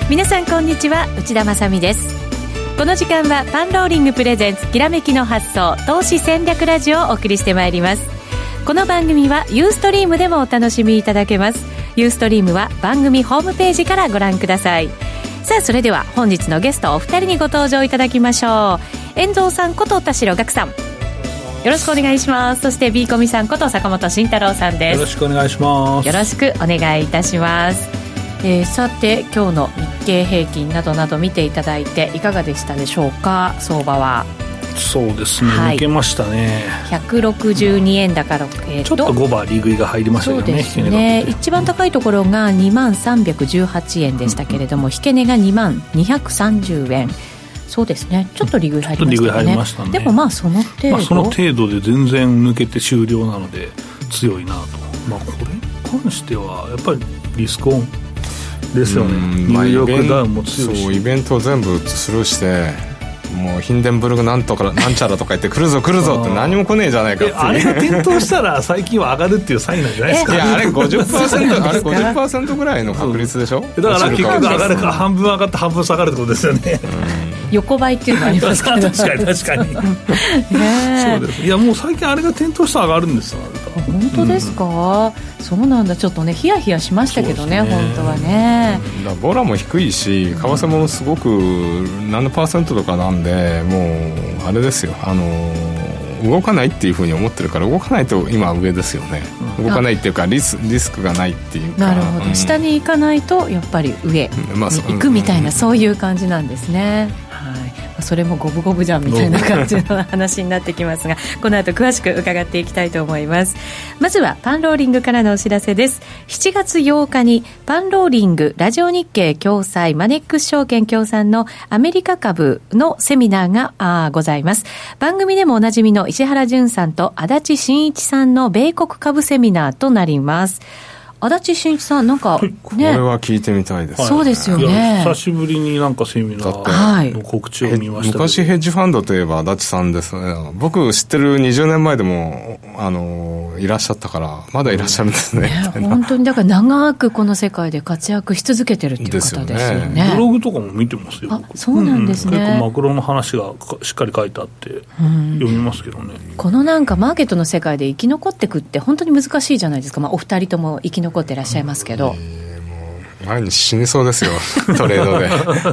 皆さんこんにちは、内田まさみです。この時間はパンローリングプレゼンツきらめきの発想投資戦略ラジオをお送りしてまいります。この番組はユーストリームでもお楽しみいただけます。ユーストリームは番組ホームページからご覧ください。さあ、それでは本日のゲストお二人にご登場いただきましょう。遠藤さんこと田代岳さん、よろしくお願いします。そして B コミさんこと坂本慎太郎さんです。 よろしくお願いします。 よろしくお願いいたします。さて、今日の日経平均などなど見ていただいていかがでしたでしょうか。相場はそうですね、抜けましたね。 162円高、ちょっと5番利食いが入りましたよね。 そうですね、一番高いところが2318円でしたけれども、引け値が20230円。そうですね、ちょっと利食い入りましたね。でもまあその程度、 その程度で全然抜けて終了なので強いなと。これに関してはやっぱりリスクオンですよね。ニューヨークダウンも強いし、 そうイベントを全部スルーしてもうヒンデンブルグなんとかなんちゃらとか言って来るぞ来るぞって何も来ねえじゃないかっていう。 あれが点灯したら最近は上がるっていうサインなんじゃないですか。 いや、あれ 50% あれ 50% ぐらいの確率でしょ。 だから結局上がるか半分上がって半分下がるってことですよね。 横ばいっていうのがありますけど確かにそうです。いや、もう最近あれが点灯したら上がるんですよ。 本当ですか、そうなんだ。ちょっとねヒヤヒヤしましたけど ね、本当はね。 だボラも低いし為替もすごく何%とかなんで、もうあれですよ、動かないっていうふうに思ってるから、動かないと今は上ですよね。動かないっていうかリスクがないっていうか。 なるほど、下に行かないとやっぱり上に行くみたいな、そういう感じなんですね。それも五分五分じゃんみたいな感じの話になってきますが、この後詳しく伺っていきたいと思います。まずはパンローリングからのお知らせです。7月8日にパンローリングラジオ日経共催マネックス証券協賛のアメリカ株のセミナーがございます。番組でもおなじみの石原潤さんと足立真一さんの米国株セミナーとなります。足立真一さん、なんか、ね、 これは聞いてみたいです、 そうですよね。 久しぶりになんかセミナーの告知を見ましたけど、 昔ヘッジファンドといえば足立さんですね。僕知ってる20年前でもいらっしゃったから、まだいらっしゃるんですね。 本当にだから長くこの世界で活躍し続けてるっていう方ですよね。 ブログとかも見てますよ。 あ、そうなんですね。 結構マクロの話がしっかり書いてあって読みますけどね。 このなんかマーケットの世界で生き残っていくって本当に難しいじゃないですか。お二人とも生き残ってらっしゃいますけど、 もう毎日死にそうですよトレードで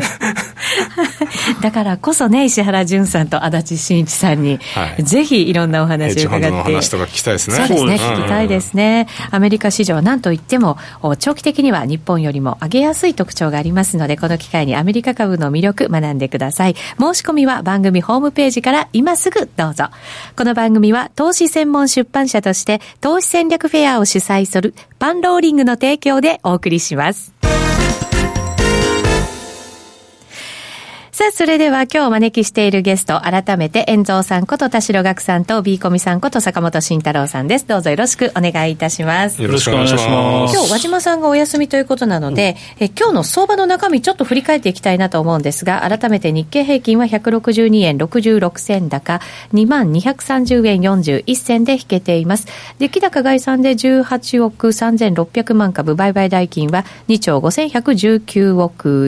だからこそね、石原潤さんと足立真一さんに、ぜひいろんなお話を伺って、ヘッジファンドの話とか聞きたいですね。 そうですね、聞きたいですね。アメリカ市場は何といっても長期的には日本よりも上げやすい特徴がありますので、この機会にアメリカ株の魅力学んでください。申し込みは番組ホームページから今すぐどうぞ。この番組は投資専門出版社として投資戦略フェアを主催するパンローリングの提供でお送りします。さあ、それでは今日お招きしているゲスト、改めて遠藤さんこと田代岳さんと B コミさんこと坂本慎太郎さんです。どうぞよろしくお願いいたします。 よろしくお願いします。 今日和島さんがお休みということなので、今日の相場の中身ちょっと振り返っていきたいなと思うんですが、改めて日経平均は162円66銭高 2230円41銭で引けています。出来高概算で18億3600万株、売買代金は2兆5119億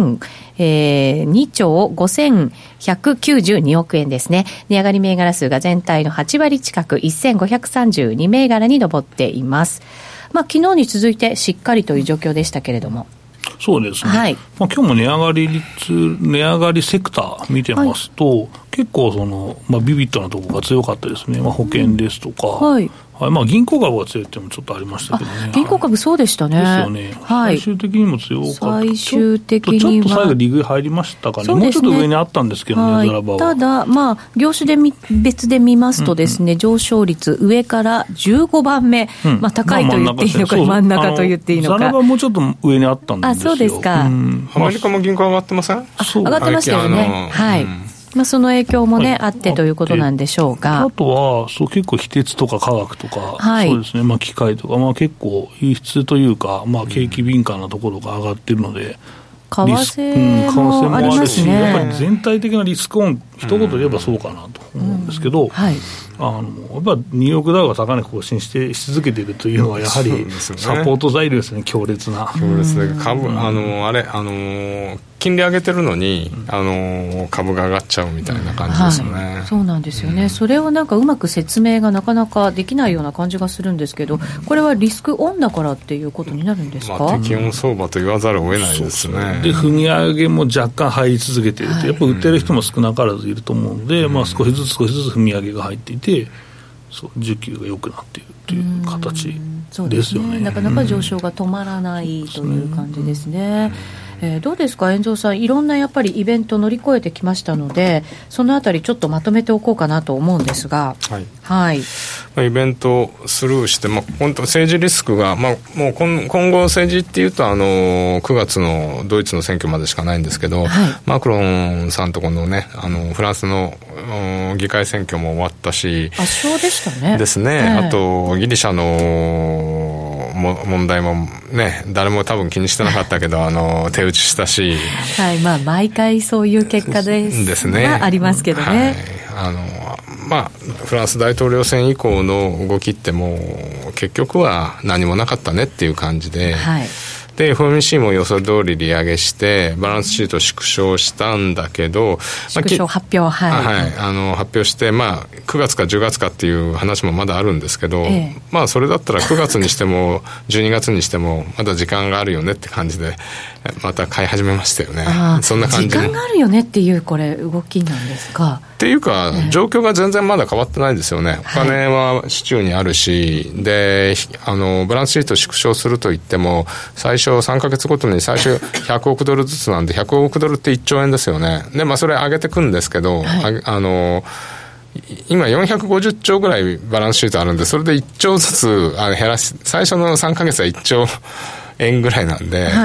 2兆5192億円ですね。値上がり銘柄数が全体の8割近く1532銘柄に上っています。昨日に続いてしっかりという状況でしたけれども、 そうですね、今日も値上がりセクター見てますと、結構ビビッドなところが強かったですね。保険ですとか、銀行株が強いっていうのもちょっとありましたけどね。 銀行株そうでしたね。 ですよね。最終的にも強かった。 最終的にはちょっと最後利食い入りましたかね。もうちょっと上にあったんですけどね、ドラバーは。 ただ業種で別で見ますとですね、上昇率上から15番目、高いと言っていいのか真ん中と言っていいのか。 ザラバーもうちょっと上にあったんですよ。 そうですか。 アメリカも銀行上がってません？ 上がってましたよね。その影響もね、あってということなんでしょうが、 あとは結構非鉄とか化学とか、そうですね、機械とか、結構輸出というか、景気敏感なところが上がってるので、 替替もありますね。 やっぱり全体的なリスクオン、一言で言えばそうかなと思うんですけど、はい、やっぱニューヨークダウが高値更新し続けているというのはやはりサポート材料ですね。強烈なで株、金利上げてるのに、株が上がっちゃうみたいな感じですよね、 はい、そうなんですよね、それをなんかうまく説明がなかなかできないような感じがするんですけど、これはリスクオンだからっていうことになるんですか。 適温相場と言わざるを得ないですね。 で踏み上げも若干入り続けていると、やっぱ売ってる人も少なからずいると思うので、少しずつ踏み上げが入っていて、需給が良くなっているという形ですよね。 なかなか上昇が止まらないという感じですね。どうですか、遠藤さん、いろんなやっぱりイベント乗り越えてきましたので、そのあたりちょっとまとめておこうかなと思うんですが、 はいはい、 イベントスルーして、本当政治リスクが、もう今後政治っていうと9月のドイツの選挙までしかないんですけど、はい、マクロンさんとこのね、フランスの議会選挙も終わったし、 圧勝でしたね。 ですね、あとギリシャの問題もね、誰も多分気にしてなかったけど手打ちしたし、 はい、毎回そういう結果ですね、ありますけどね、 はい、フランス大統領選以降の動きってもう結局は何もなかったねっていう感じで、はい、で FOMC も予想通り利上げしてバランスシート縮小したんだけど、 縮小発表、はいはい、発表して、9月か10月かっていう話もまだあるんですけど、それだったら9月にしても12月にしてもまだ時間があるよねって感じでまた買い始めましたよね。そんな感じ。 時間があるよねっていうこれ動きなんですか。 っていうか、状況が全然まだ変わってないですよね。お金は市中にあるし、でバランスシート縮小するといっても最初3ヶ月ごとに最初100億ドルずつなんで100億ドルって1兆円ですよね。でそれ上げてくんですけど、はい、今450兆ぐらいバランスシートあるんで、それで1兆ずつ減らし、最初の3ヶ月は1兆円ぐらいなんで、はい、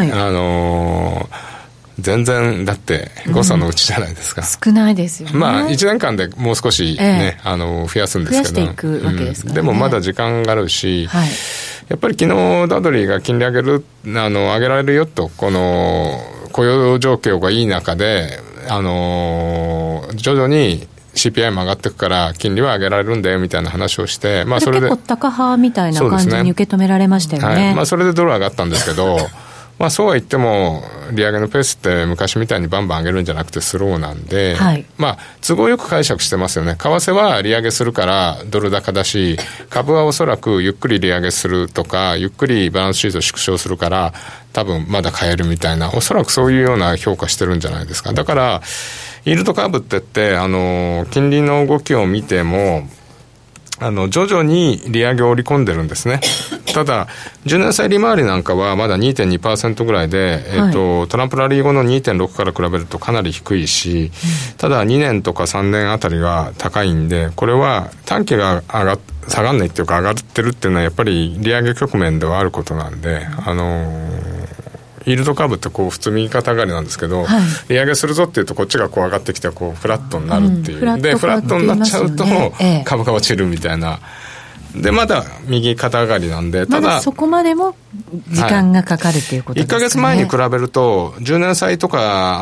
全然だって誤差のうちじゃないですか、 少ないですよね。 1年間でもう少しね、増やすんですけど、 増やしていくわけですからね。 でもまだ時間があるし、はい、やっぱり昨日ダドリーが金利上げられるよと、この雇用状況がいい中で徐々にCPI も上がっていくから金利は上げられるんだよみたいな話をして、それで結構高派みたいな感じに受け止められましたよね。 はい、それでドル上がったんですけどそうは言っても利上げのペースって昔みたいにバンバン上げるんじゃなくてスローなんで、はい、都合よく解釈してますよね。為替は利上げするからドル高だし、株はおそらくゆっくり利上げするとかゆっくりバランスシート縮小するから多分まだ買えるみたいな、おそらくそういうような評価してるんじゃないですか。だからイールドカーブって言って金利の動きを見ても徐々に利上げを織り込んでるんですね。ただ10年債利回りなんかはまだ 2.2% ぐらいで、トランプラリー後の 2.6 から比べるとかなり低いし、ただ2年とか3年あたりが高いんで、これは短期が下がんないっていうか上がってるっていうのはやっぱり利上げ局面ではあることなんで、イールドカーブって普通右肩上がりなんですけど、はい、利上げするぞっていうとこっちが上がってきてフラットになるっていう、でフラットになっちゃうと株が落ちるみたいな。でまだ右肩上がりなんで、ただそこまでも時間がかかるということですかね。 1ヶ月前に比べると10年債とか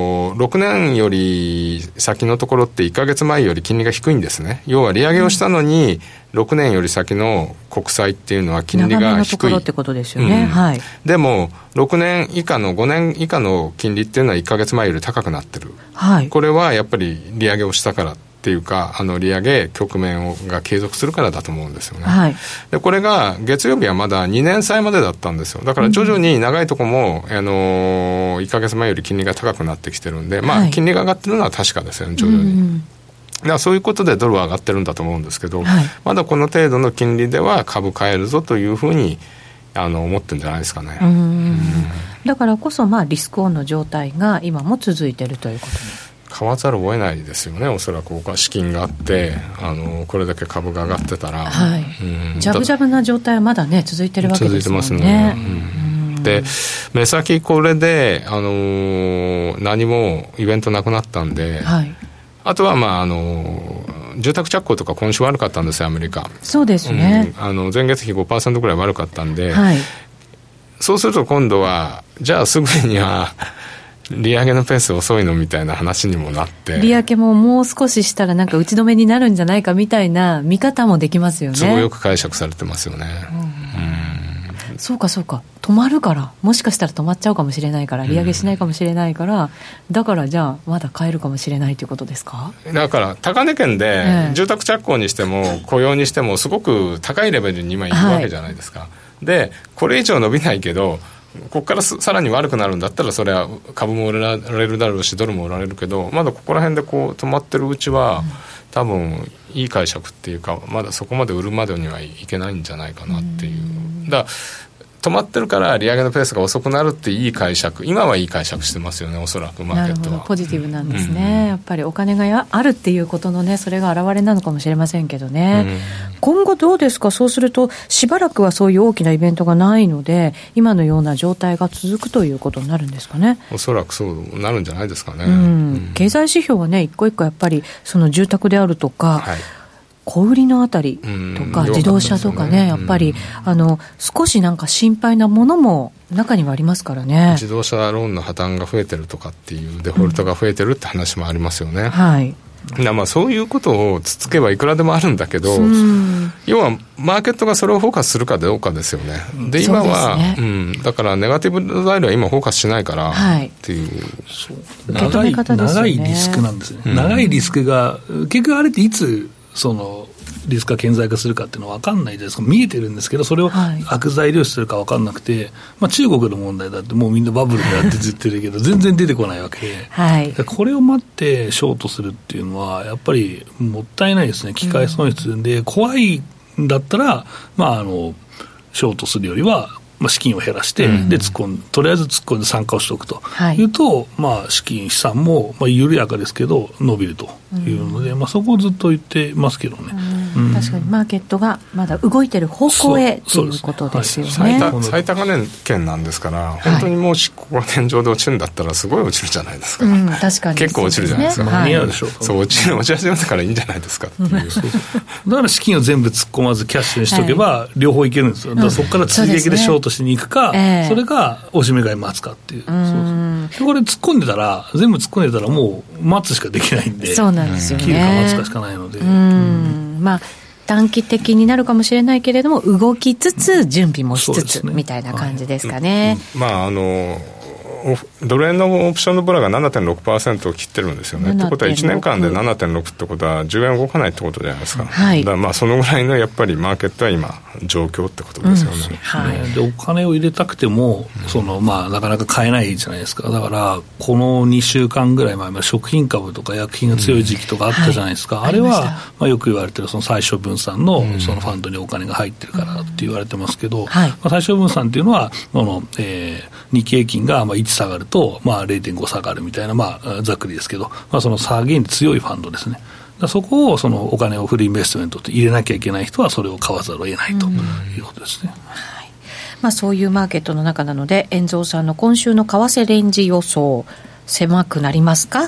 6年より先のところって1ヶ月前より金利が低いんですね。要は利上げをしたのに、6年より先の国債っていうのは金利が低い、長めのところってことですよね、はい、 でも6年以下の5年以下の金利っていうのは1ヶ月前より高くなってる、 はい、 これはやっぱり利上げをしたからっていうか利上げ局面が継続するからだと思うんですよね、はい、でこれが月曜日はまだ2年債までだったんですよ。だから徐々に長いとこも、1ヶ月前より金利が高くなってきてるんで、金利が上がってるのは確かですよね、徐々に、だからそういうことでドルは上がってるんだと思うんですけど、はい、まだこの程度の金利では株買えるぞというふうに思ってるんじゃないですかね。 だからこそリスクオンの状態が今も続いているということに買わざるを得ないですよね。おそらく資金があってこれだけ株が上がってたら、はい、 ジャブジャブな状態はまだね続いてるわけですもんね。 続いてますね、で目先これで、何もイベントなくなったんで、はい、あとは住宅着工とか今週悪かったんですよ、アメリカ。 そうですね、 前月比 5% ぐらい悪かったんで、 はい、 そうすると今度はじゃあすぐには利上げのペース遅いのみたいな話にもなって、 利上げももう少ししたらなんか打ち止めになるんじゃないかみたいな見方もできますよね。 都合よく解釈されてますよね。 そうかそうか、止まるから、もしかしたら止まっちゃうかもしれないから、利上げしないかもしれないから、だからじゃあまだ買えるかもしれないということですか。 だから高値圏で住宅着工にしても雇用にしてもすごく高いレベルに今いるわけじゃないですか、でこれ以上伸びないけどここからさらに悪くなるんだったらそれは株も売られるだろうしドルも売られるけど、まだここら辺でこう止まってるうちは、多分いい解釈っていうかまだそこまで売るまでにはいけないんじゃないかなっていう。だから止まってるから利上げのペースが遅くなるっていい解釈、今はいい解釈してますよね、おそらくマーケットは。なるほど、ポジティブなんですね、やっぱりお金があるっていうことのね、それが表れなのかもしれませんけどね、今後どうですか。そうするとしばらくはそういう大きなイベントがないので今のような状態が続くということになるんですかね。 おそらくそうなるんじゃないですかね、 経済指標はね一個一個やっぱりその住宅であるとか、小売りのあたりとか自動車とかね、やっぱり少しなんか心配なものも中にはありますからね。 自動車ローンの破綻が増えてるとかっていうデフォルトが増えてるって話もありますよね、まあそういうことをつつけばいくらでもあるんだけど、要はマーケットがそれをフォーカスするかどうかですよね。で今は、だからネガティブ材料は今フォーカスしないから、っていう、 長いリスクなんですね、長いリスクが結局あれっていつそのリスクが顕在化するかっていうのは分かんないですか。見えてるんですけどそれを悪材料視するか分かんなくて、中国の問題だってもうみんなバブルでやってずっと言ってるけど全然出てこないわけで、これを待ってショートするっていうのはやっぱりもったいないですね。機会損失で怖いんだったら、ショートするよりは資金を減らして、でとりあえず突っ込んで参加をしておくというと、資産も緩やかですけど伸びるというので、そこをずっと言ってますけどね、 確かにマーケットがまだ動いてる方向へということですよね。 最高値圏なんですから、本当にもしここが天井で落ちるんだったらすごい落ちるじゃないですか、 確かに結構落ちるじゃないですか、 間に合うでしょう、 そう落ち始めたからいいんじゃないですかっていうだから資金を全部突っ込まずキャッシュにしておけば、両方いけるんですよ。だからそこから追撃でショートしに行くか、それが押し目買い待つかっていう、これ突っ込んでたら全部突っ込んでたらもう待つしかできないんで、 そうなんですよね、 切るか待つかしかないので、 短期的になるかもしれないけれども動きつつ準備もしつつ、みたいな感じですかね。 ドル円のオプションのボラが 7.6% を切ってるんですよね。ってことは1年間で 7.6 ってことは10円動かないってことじゃないですか、だからそのぐらいのやっぱりマーケットは今状況ってことですよね、 でお金を入れたくてもなかなか買えないじゃないですか。だからこの2週間ぐらい前まで食品株とか薬品が強い時期とかあったじゃないですか、あれはよく言われてるその最小分散のそのファンドにお金が入ってるからって言われてますけど、最小分散っていうのは日経平均が1下がると、0.5 下がるみたいな、ざっくりですけど、その下げに強いファンドですね。そこをそのお金をフルインベストメントって入れなきゃいけない人はそれを買わざるを得ないということですね。 そういうマーケットの中なので、遠蔵さんの今週の為替レンジ予想狭くなりますか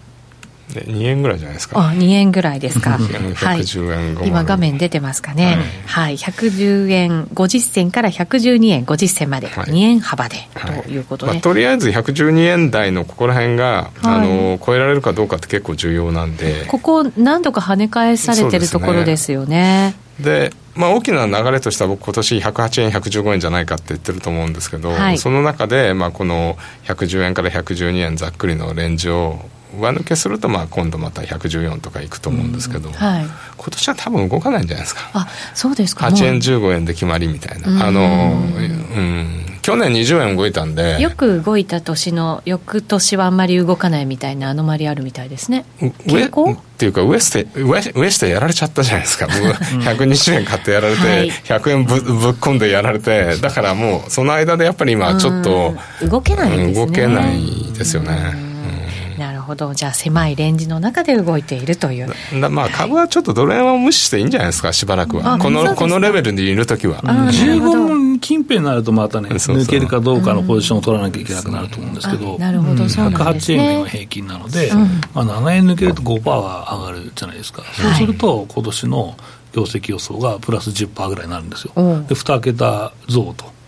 ？2円ぐらいじゃないですか。 2円ぐらいですか。 110円5 今画面出てますかね。110円50銭から112円50銭まで、2円幅でということで、 とりあえず112円台のここら辺が、超えられるかどうかって結構重要なんで、 ここ何度か跳ね返されてるところですよね。 で大きな流れとしては僕今年108円115円じゃないかって言ってると思うんですけど、その中で、この110円から112円ざっくりのレンジを上抜けすると今度また114とかいくと思うんですけど、今年は多分動かないんじゃないですか。 そうですか。 8円15円で決まりみたいな、去年20円動いたんで、 よく動いた年の翌年はあんまり動かないみたいなアノマリあるみたいですね。 っていうかウエストやられちゃったじゃないですか。120円買ってやられて、100円ぶっ込んでやられて、だからもうその間でやっぱり今ちょっと動けないですね。 動けないですよね。 なるほど。じゃあ狭いレンジの中で動いているという。 株はちょっとドル円は無視していいんじゃないですか、しばらくは。このレベルでいるときは。 15近辺になるとまたね、抜けるかどうかのポジションを取らなきゃいけなくなると思うんですけど、 なるほど、そうなんですね。 108円が今平均なので、7円抜けると 5% は上がるじゃないですか。そうすると今年の業績予想がプラス 10% ぐらいになるんですよ。で2桁増と。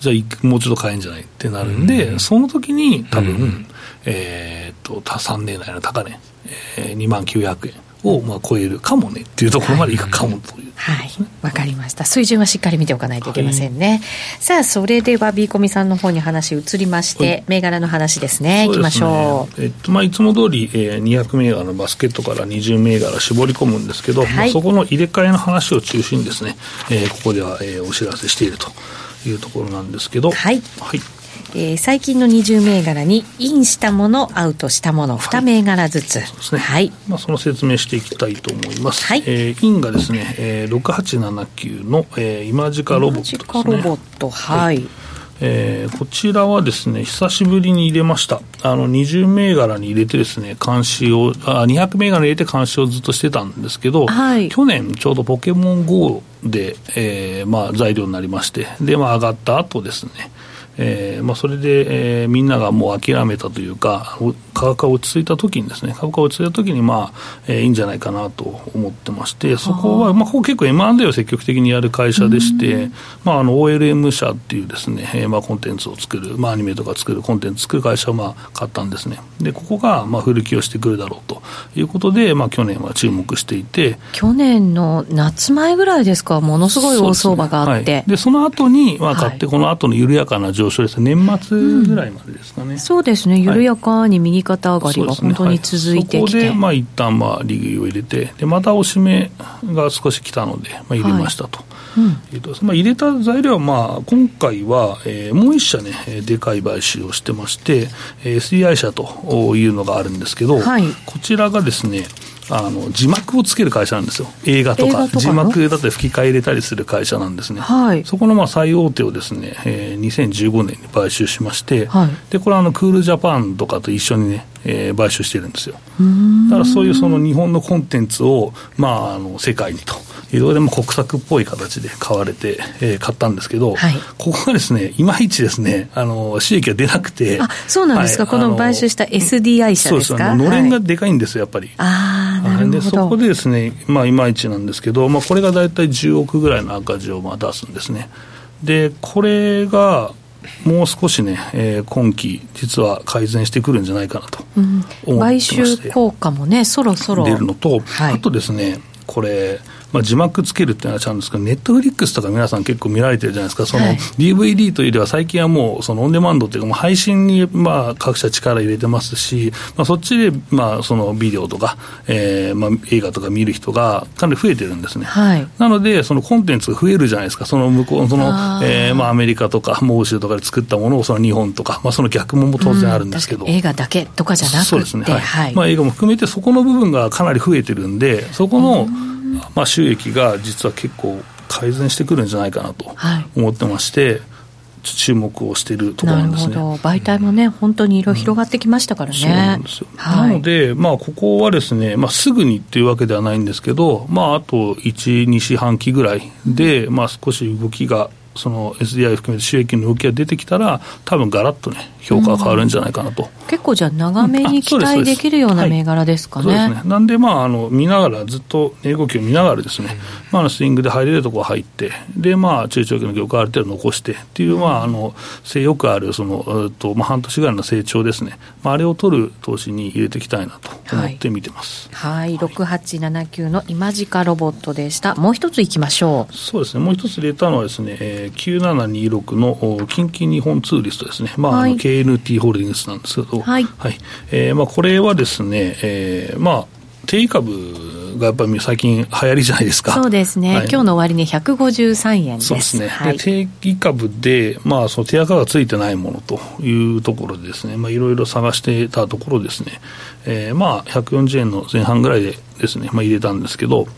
じゃあもうちょっと買えんじゃないってなるんで、その時に多分、3年内の高値、29,000円を超えるかもねっていうところまでいくかもという、 はい、わかりました。水準はしっかり見ておかないといけませんね。さあ、それでは B コミさんの方に話移りまして、銘柄の話ですね。いきましょう。 いつも通り、200銘柄のバスケットから20銘柄絞り込むんですけど、そこの入れ替えの話を中心にですね、ここでは、お知らせしているというところなんですけど、 はい、最近の20銘柄にインしたもの、アウトしたもの、2銘柄ずつ、 そうですね、はい、その説明していきたいと思います。はい、インがですね、6879の、今近ロボットですね。今近ロボット、はい、こちらはですね、久しぶりに入れました。20銘柄に入れてですね、監視を200銘柄に入れて監視をずっとしてたんですけど、はい、去年ちょうどポケモン GO で、材料になりまして、で、上がった後ですね、それで、みんながもう諦めたというか、価格が落ち着いた時にですね、いいんじゃないかなと思ってまして、そこは、ここ結構 M&A を積極的にやる会社でして、OLM 社っていうですね、コンテンツを作る、アニメとか作るコンテンツ作る会社を買ったんですね。で、ここが古きをしてくるだろうということで、去年は注目していて、 去年の夏前ぐらいですか、ものすごい大相場があって、 でその後に買って、この後の緩やかな上昇ですね、年末ぐらいまでですかね。 そうですね、緩やかに右肩上がりが本当に続いてきて、 そこで一旦利食いを入れて、でまた押し目が少し来たので、入れましたと。入れた材料は、今回は、もう一社ね、でかい買収をしてまして、SDI 社というのがあるんですけど、こちらがですね、字幕をつける会社なんですよ。映画とか字幕だって吹き替え入れたりする会社なんですね。そこの最大手をですね、2015年に買収しまして、でこれはクールジャパンとかと一緒にね、買収してるんですよ。だからそういうその日本のコンテンツを、世界にといろいろ国策っぽい形で買われて、買ったんですけど、ここがですね、いまいちですね、収益が出なくて。 そうなんですか、この買収した SDI 社ですか。 のれんがでかいんですよ、やっぱり。でそこでですね、いまいちなんですけど、これがだいたい10億ぐらいの赤字を出すんですね。でこれがもう少しね、今期実は改善してくるんじゃないかなと思ってまして、 買収効果もね、そろそろ出るのと、あとですね、これ字幕つけるって話なんですけど、ネットフリックスとか皆さん結構見られてるじゃないですか。その DVD というよりは最近はもうそのオンデマンドというか、もう配信に各社力入れてますし、そっちでそのビデオとか、映画とか見る人がかなり増えてるんですね。なのでそのコンテンツが増えるじゃないですか。その向こうそのアメリカとか欧州とかで作ったものをその日本とか、その逆も当然あるんですけど、 映画だけとかじゃなくて、 そうですね、映画も含めてそこの部分がかなり増えてるんで、そこの収益が実は結構改善してくるんじゃないかなと思ってまして、注目をしているところなんですね。 なるほど、媒体もね、本当に色々広がってきましたからね。 そうなんですよ。なので、ここはですね、すぐにっていうわけではないんですけど、あと1、2四半期ぐらいで、少し動きが、その SDI 含めて収益の動きが出てきたら、多分ガラッとね、評価が変わるんじゃないかなと。 結構じゃあ長めに期待できるような銘柄ですかね。 そうですね。なんで見ながら、ずっと値動きを見ながらですね、スイングで入れるところは入って、で中長期の業界ある程度残してっていう、よくあるその半年ぐらいの成長ですね、あれを取る投資に入れていきたいなと思って見てます。 6879の今近ロボットでした。もう一ついきましょう。 そうですね、もう一つ入れたのはですね、9726の近畿日本ツーリストですね。KNT ホールディングスなんですけど、これはですね、定位株がやっぱり最近流行りじゃないですか。 そうですね、今日の終値153円です。 そうですね、で定位株で、その手垢がついてないものというところでですね、いろいろ探してたところですね、140円の前半ぐらいでですね、入れたんですけど、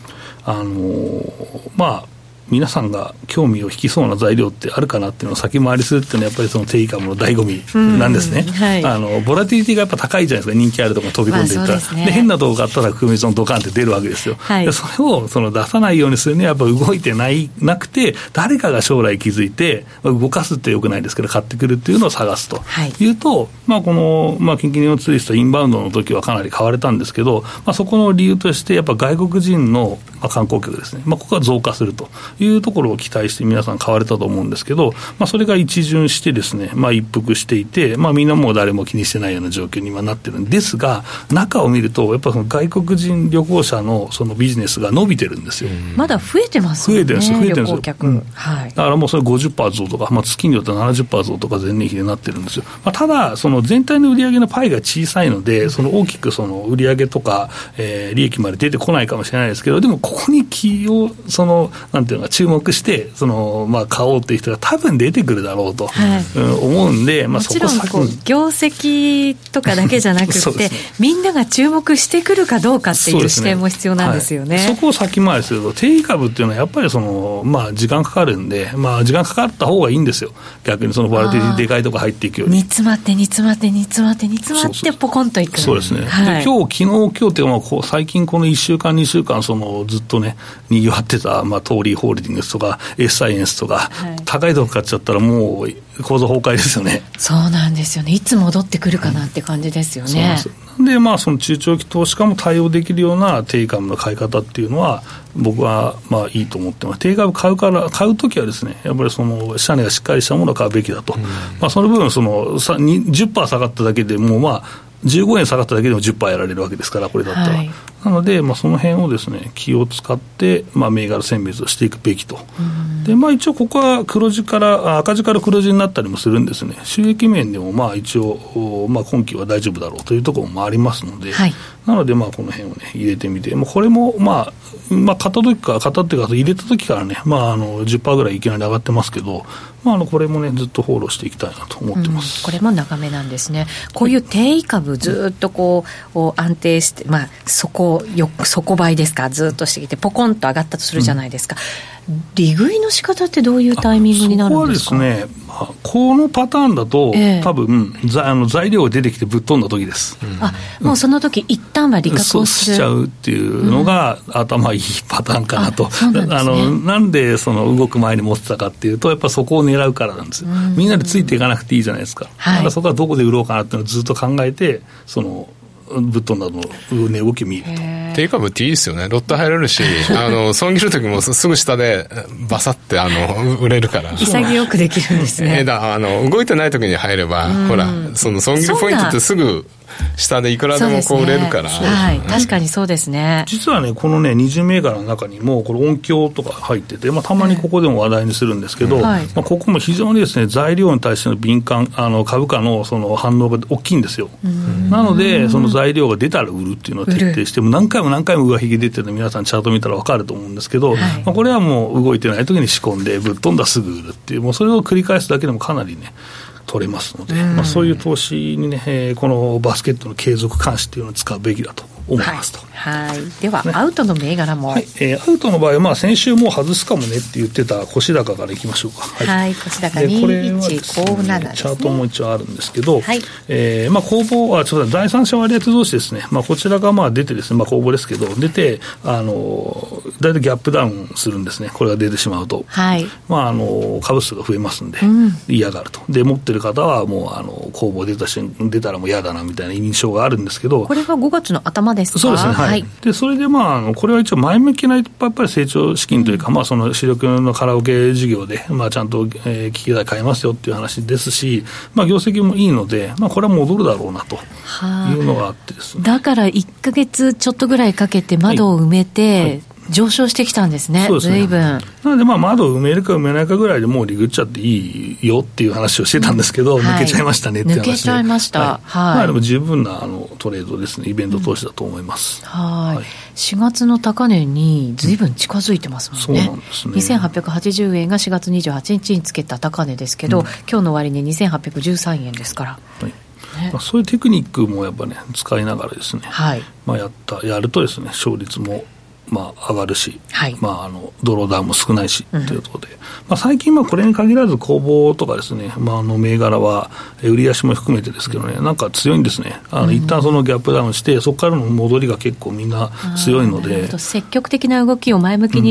皆さんが興味を引きそうな材料ってあるかなっていうのを先回りするっていうのはやっぱりその定位株の醍醐味なんですね。ボラティリティがやっぱ高いじゃないですか。人気あるところに飛び込んでいったら、で変なとこがあったら含み損ドカンって出るわけですよ。でそれを出さないようにするにはやっぱ動いてなくて、誰かが将来気づいて動かすってよくないですけど買ってくるっていうのを探すというと、この、近畿日本ツーリストインバウンドの時はかなり買われたんですけど、そこの理由としてやっぱ外国人の観光客ですね、ここが増加するというところを期待して皆さん買われたと思うんですけど、それが一巡してですね、一服していて、みんなもう誰も気にしてないような状況に今なってるんですが、中を見るとやっぱその外国人旅行者のそのビジネスが伸びてるんですよ。 まだ増えてますよね。 増えてるんですよ。 旅行客、はい、 だからもうそれ 50% 増とか、月によっては 70% 増とか前年比でなってるんですよ。ただその全体の売上のパイが小さいので、その大きくその売上とか、利益まで出てこないかもしれないですけど、でもここになんていうのか注目して買おうという人が多分出てくるだろうと、思うんで、 もちろん業績とかだけじゃなくてね、みんなが注目してくるかどうかっていう視点も必要なんですよね。 そこを先回りすると定位株っていうのはやっぱり時間かかるんで、時間かかった方がいいんですよ。逆にそのボラティリティでかいとこ入っていくより煮詰まってポコンといく。 そうですね、で今日っていうのは最近この1週間2週間ずっとねにぎわってた、トーリーホールディングスとかエスサイエンスとか、高いとこ買っちゃったらもう構造崩壊ですよね。 そうなんですよね。いつ戻ってくるかなって感じですよね。 でその中長期投資家も対応できるような定位株の買い方っていうのは僕はいいと思ってます。定位株買うときはですね、やっぱりその下値がしっかりしたものを買うべきだと、その分10% 下がっただけでも15円下がっただけでも 10% やられるわけですから、これだったら、なので、その辺をですね気を使って、銘柄選別をしていくべきと。で一応ここは赤字から黒字になったりもするんですね。収益面でも一応、今期は大丈夫だろうというところもありますので、なのでこの辺をね入れてみて、これも買ったっていうか入れた時からね、10% ぐらいいきなり上がってますけど、これもねずっとフォローしていきたいなと思ってます。 これも長めなんですね。こういう定位株ずっと安定して、底倍ですか、ずっとしてきてポコンと上がったとするじゃないですか、利食いの仕方ってどういうタイミングになるんですか。 そこはですね、このパターンだと、多分材料が出てきてぶっ飛んだ時です、 もうその時一旦は利確をする、 そうしちゃうっていうのが、頭いいパターンかなと。なんでその動く前に持ってたかっていうと、やっぱそこを狙うからなんですよ。みんなでついていかなくていいじゃないですか、だからそこはどこで売ろうかなっていうのをずっと考えて、ぶっ飛んだの値動きを見ると。 定位株っていいですよね。ロット入れるし損切る時もすぐ下でバサって売れるから潔くできるんですね。 動いてない時に入れば、ほらその損切るポイントってすぐ下でいくらでも売れるから、 確かにそうですね。 実はねこのね20銘柄の中にもこれ音響とか入ってて、たまにここでも話題にするんですけど、ここも非常にですね材料に対しての敏感、株価のその反応が大きいんですよ。なのでその材料が出たら売るっていうのを徹底して、何回も上髭出てるの皆さんチャート見たら分かると思うんですけど、これはもう動いてない時に仕込んでぶっ飛んだすぐ売るっていう、もうそれを繰り返すだけでもかなりね取れますので、そういう投資にね、このバスケットの継続監視っていうのを使うべきだと思いますと。 では、アウトの銘柄も、 アウトの場合は、先週もう外すかもねって言ってた腰高からいきましょうか。 腰高2157ですね。 チャートも一応あるんですけど、公募は第三者割当同士ですね、こちらが出てですね、公募ですけど出てだいたいギャップダウンするんですね。これが出てしまうと、株数が増えますんで、嫌がると。で持ってる方はもう公募出たらもう嫌だなみたいな印象があるんですけど、 これが5月の頭ですか。 そうですね、でそれでこれは一応前向きなやっぱり成長資金というか、その主力のカラオケ事業で、ちゃんと機器代買えますよっていう話ですし、業績もいいので、これは戻るだろうなというのがあってですね。 だから1ヶ月ちょっとぐらいかけて窓を埋めて、上昇してきたんですね。随分。なので窓を埋めるか埋めないかぐらいでもう利食っちゃっていいよっていう話をしてたんですけど、抜けちゃいましたねっていう話で。 抜けちゃいました。 でも十分なトレードですね。イベント投資だと思います。 4月の高値に随分近づいてますもんね。そうなんですね。2880円が4月28日につけた高値ですけど、今日の終値2813円ですから。 そういうテクニックもやっぱね使いながらですね、やるとですね勝率も上がるし、ドローダウンも少ないしというところで、最近これに限らず公募とかですね、銘柄は売り足も含めてですけどね、なんか強いんですね。一旦そのギャップダウンしてそこからの戻りが結構みんな強いので、 積極的な動きを前向きに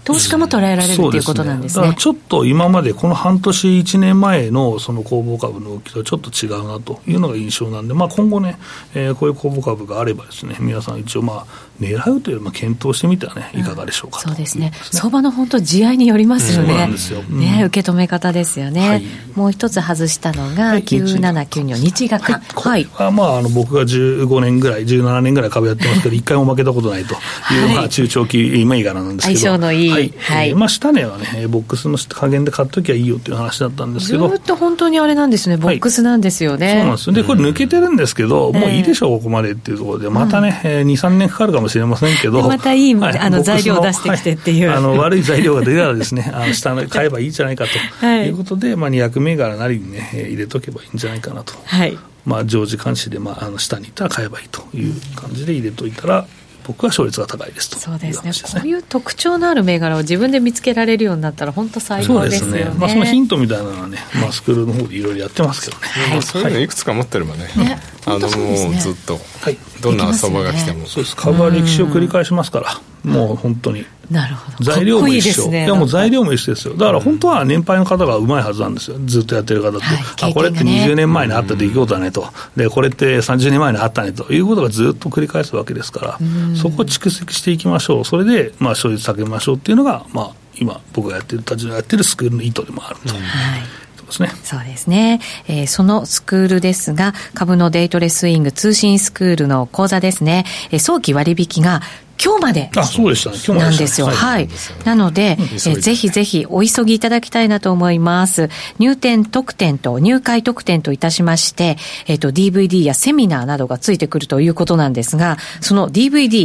投資家も捉えられるということなんですね。 だからちょっと今までこの半年1年前のその公募株の動きとはちょっと違うなというのが印象なんで、今後ね、こういう公募株があればですね、皆さん一応狙うというより検討してみてはね、いかがでしょうかと、 そうですね。相場の本当地合いによりますよね。 そうなんですよ、 ね、受け止め方ですよね、はい、もう一つ外したのが9792の日額、 はい、これは僕が15年ぐらい17年ぐらい株やってますけど一回も負けたことないという、はい、中長期銘柄なんですけど、 相性のいい、 はいはい、下値はねボックスの加減で買っときゃいいよっていう話だったんですけど、 ずっと本当にあれなんですね、ボックスなんですよね、 はい、そうなんですよ。でこれ抜けてるんですけど、もういいでしょうここまでっていうところでまたね、2、3年かかるかもしれませんけど、 またいい、はい、材料を出してきてっていう、 はい、悪い材料が出たらですね下の買えばいいじゃないかということで、200銘柄なりにね入れとけばいいんじゃないかなと、はい、常時監視で、下に行ったら買えばいいという感じで入れといたら僕は勝率が高いですという話ですね。 そういう特徴のある銘柄を自分で見つけられるようになったら本当最高ですよね。 そうですね、そのヒントみたいなのはね、スクールの方でいろいろやってますけどね、 はい、そういうのいくつか持ってればね、もうずっと、はい、どんな相場が来ても、 そうです。株は歴史を繰り返しますから、もう本当になるほど、 材料も一緒、 かっこいいですね、 いやもう材料も一緒ですよ。だから本当は年配の方がうまいはずなんですよ、ずっとやってる方って、はい、これって20年前にあった出来事だねと、でこれって30年前にあったねということがずっと繰り返すわけですから、そこを蓄積していきましょう。それで勝率下げましょうっていうのが、今僕がやってる立場でやってるスクールの意図でもあると、はい、 そうですね、そのスクールですが、株のデイトレスイング通信スクールの講座ですね、早期割引が今日までなんですよ。はい。なので、ぜひぜひお急ぎいただきたいなと思います。入店特典と入会特典といたしまして、DVD やセミナーなどがついてくるということなんですが、その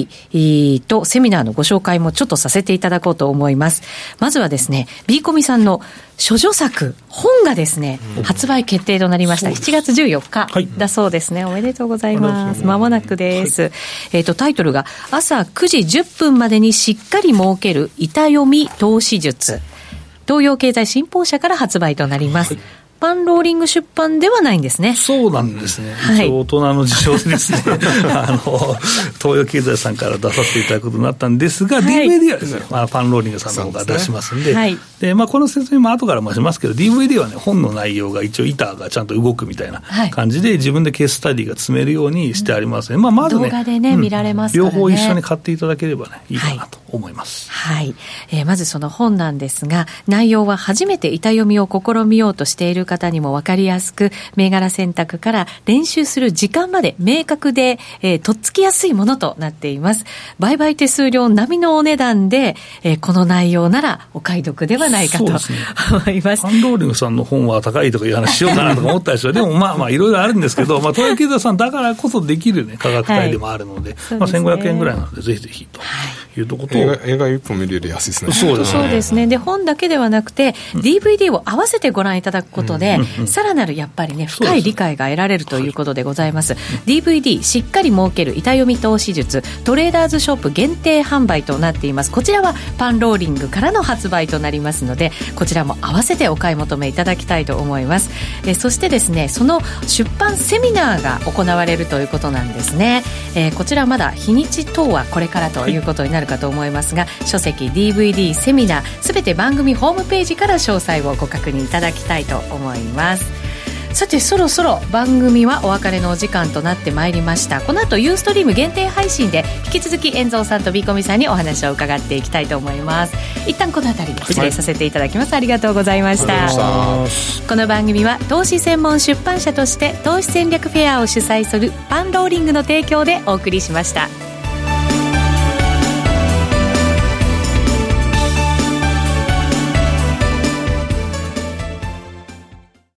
DVD とセミナーのご紹介もちょっとさせていただこうと思います。まずはですね、B コミさんの処女作、本がですね、発売決定となりました。7月14日だそうですね。おめでとうございます。間もなくです。タイトルが朝9時10分までにしっかり儲ける板読み投資術。東洋経済新報社から発売となります。パンローリング出版ではないんですね。 そうなんですね。一応大人の事情でですね、東洋経済さんから出させていただくことになったんですが、DVD はですね、パンローリングさんの方が出しますんで、でこの説明も後からもしますけど、DVD はね、本の内容が一応板がちゃんと動くみたいな感じで、自分でケーススタディが積めるようにしてありますね。まずね、 動画でね、見られますからね。 両方一緒に買っていただければね、いいかなと思います。 はい。まずその本なんですが、内容は初めて板読みを試みようとしている方にも分かりやすく、銘柄選択から練習する時間まで明確で、とっつきやすいものとなっています。売買手数料並みのお値段で、この内容ならお買い得ではないかと思います。 パンローリングさんの本は高いとかいう話しようかなとか思ったりしてでもいろいろあるんですけど、東洋経済さんだからこそできるね価格帯でもあるので、1500円ぐらいなのでぜひぜひというところと、 映画1本見るより安いですね。 そうですね。で本だけではなくて、DVD を合わせてご覧いただくことで、さらなるやっぱりね深い理解が得られるということでございます。DVD しっかり儲ける板読み投資術、トレーダーズショップ限定販売となっています。こちらはパンローリングからの発売となりますので、こちらも合わせてお買い求めいただきたいと思います。そしてですね、その出版セミナーが行われるということなんですね。こちらまだ日にち等はこれからということになるかと思いますが、書籍 DVD セミナーすべて番組ホームページから詳細をご確認いただきたいと思います。さてそろそろ番組はお別れのお時間となってまいりました。この後ユーストリーム限定配信で引き続き遠蔵さんとビーコミさんにお話を伺っていきたいと思います。一旦この辺りで失礼させていただきます。ありがとうございました。この番組は投資専門出版社として投資戦略フェアを主催するパンローリングの提供でお送りしました。